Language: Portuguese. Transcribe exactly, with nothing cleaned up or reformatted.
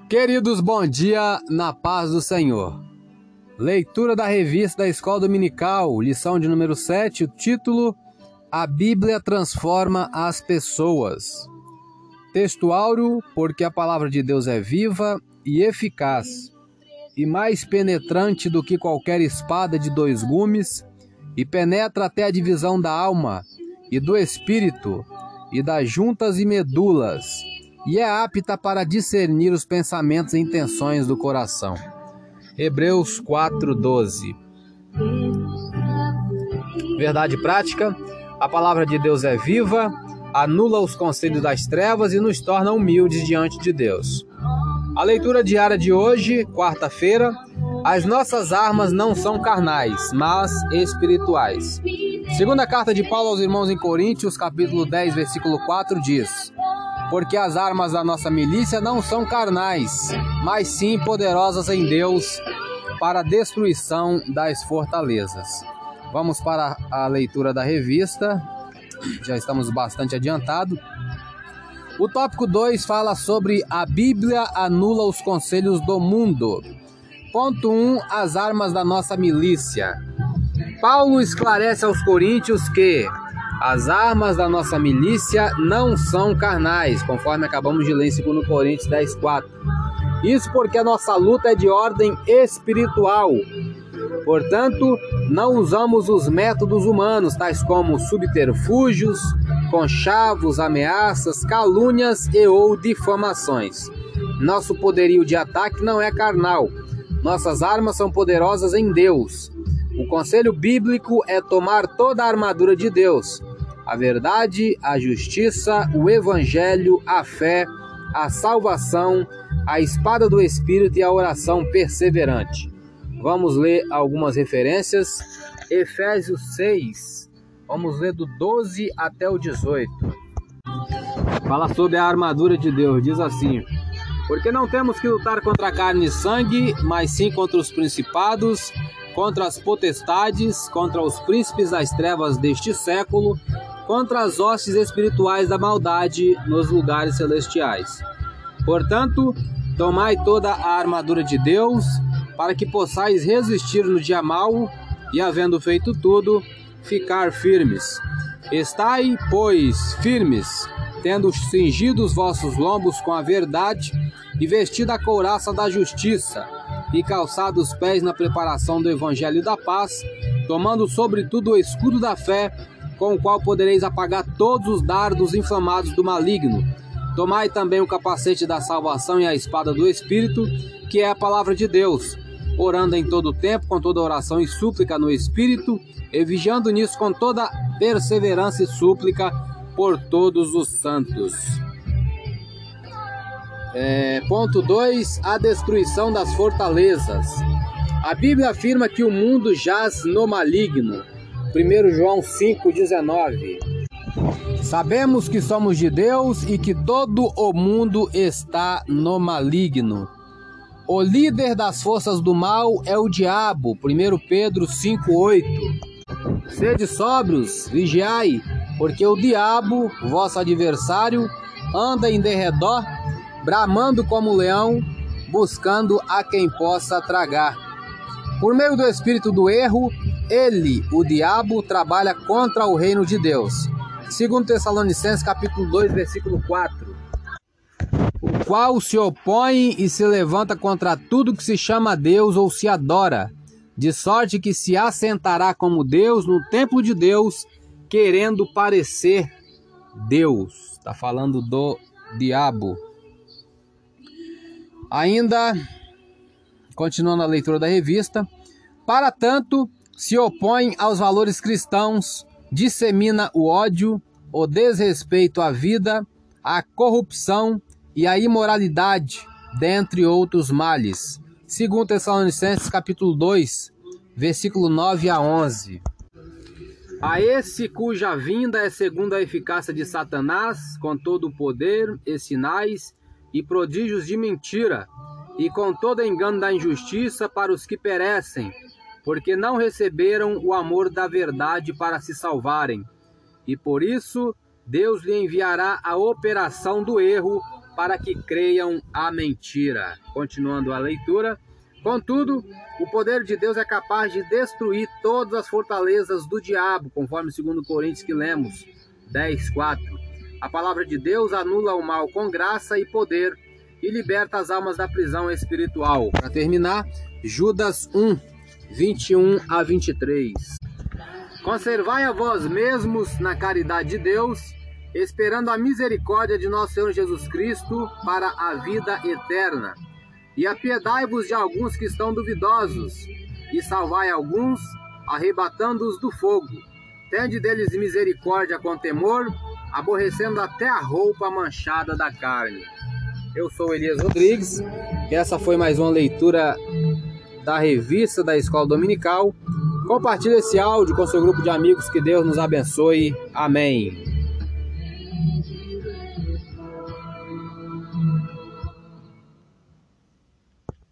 Queridos, bom dia na paz do Senhor. Leitura da revista da Escola Dominical, lição de número sete, o título: A Bíblia transforma as pessoas. Texto áureo: porque a palavra de Deus é viva e eficaz, e mais penetrante do que qualquer espada de dois gumes, e penetra até a divisão da alma e do espírito, e das juntas e medulas, e é apta para discernir os pensamentos e intenções do coração. Hebreus quatro, doze. Verdade prática: a palavra de Deus é viva, anula os conselhos das trevas e nos torna humildes diante de Deus. A leitura diária de hoje, quarta-feira: as nossas armas não são carnais, mas espirituais. Segunda carta de Paulo aos irmãos em Coríntios, capítulo dez, versículo quatro, diz: porque as armas da nossa milícia não são carnais, mas sim poderosas em Deus para a destruição das fortalezas. Vamos para a leitura da revista, já estamos bastante adiantados. O tópico dois fala sobre a Bíblia anula os conselhos do mundo. Ponto um, as armas da nossa milícia. Paulo esclarece aos coríntios que as armas da nossa milícia não são carnais, conforme acabamos de ler em dois Coríntios dez, quatro. Isso porque a nossa luta é de ordem espiritual. Portanto, não usamos os métodos humanos, tais como subterfúgios, conchavos, ameaças, calúnias e ou difamações. Nosso poderio de ataque não é carnal. Nossas armas são poderosas em Deus. O conselho bíblico é tomar toda a armadura de Deus: a verdade, a justiça, o evangelho, a fé, a salvação, a espada do Espírito e a oração perseverante. Vamos ler algumas referências. Efésios seis, vamos ler do doze até o dezoito. Fala sobre a armadura de Deus, diz assim: porque não temos que lutar contra carne e sangue, mas sim contra os principados, contra as potestades, contra os príncipes das trevas deste século, contra as hostes espirituais da maldade nos lugares celestiais. Portanto, tomai toda a armadura de Deus, para que possais resistir no dia mau, e havendo feito tudo, ficar firmes. Estai, pois, firmes, tendo cingido os vossos lombos com a verdade, e vestida a couraça da justiça, e calçados os pés na preparação do evangelho da paz, tomando sobretudo o escudo da fé, com o qual podereis apagar todos os dardos inflamados do maligno. Tomai também o capacete da salvação e a espada do Espírito, que é a palavra de Deus, orando em todo o tempo, com toda oração e súplica no Espírito, e vigiando nisso com toda perseverança e súplica por todos os santos. É, ponto dois, a destruição das fortalezas. A Bíblia afirma que o mundo jaz no maligno. primeiro João cinco, dezenove. Sabemos que somos de Deus e que todo o mundo está no maligno. O líder das forças do mal é o diabo. primeiro Pedro cinco, oito. Sede sóbrios, vigiai, porque o diabo, vosso adversário, anda em derredor, bramando como leão, buscando a quem possa tragar. Por meio do espírito do erro, ele, o diabo, trabalha contra o reino de Deus. Segundo Tessalonicenses, capítulo dois, versículo quatro. O qual se opõe e se levanta contra tudo que se chama Deus ou se adora, de sorte que se assentará como Deus no templo de Deus, querendo parecer Deus. Está falando do diabo. Ainda, continuando a leitura da revista: para tanto, se opõe aos valores cristãos, dissemina o ódio, o desrespeito à vida, a corrupção e a imoralidade, dentre outros males. Segundo Tessalonicenses, capítulo dois, versículo nove a onze. A esse cuja vinda é segundo a eficácia de Satanás, com todo o poder e sinais e prodígios de mentira, e com todo engano da injustiça para os que perecem, porque não receberam o amor da verdade para se salvarem. E por isso Deus lhe enviará a operação do erro, para que creiam a mentira. Continuando a leitura. Contudo, o poder de Deus é capaz de destruir todas as fortalezas do diabo, conforme segundo Coríntios que lemos, dez, quatro. A palavra de Deus anula o mal com graça e poder e liberta as almas da prisão espiritual. Para terminar, Judas um, vinte e um a vinte e três. Conservai a vós mesmos na caridade de Deus, esperando a misericórdia de nosso Senhor Jesus Cristo para a vida eterna. E apiedai-vos de alguns que estão duvidosos, e salvai alguns, arrebatando-os do fogo. Tende deles misericórdia com temor, aborrecendo até a roupa manchada da carne. Eu sou Elias Rodrigues, e essa foi mais uma leitura da revista da Escola Dominical. Compartilhe esse áudio com seu grupo de amigos, que Deus nos abençoe. Amém.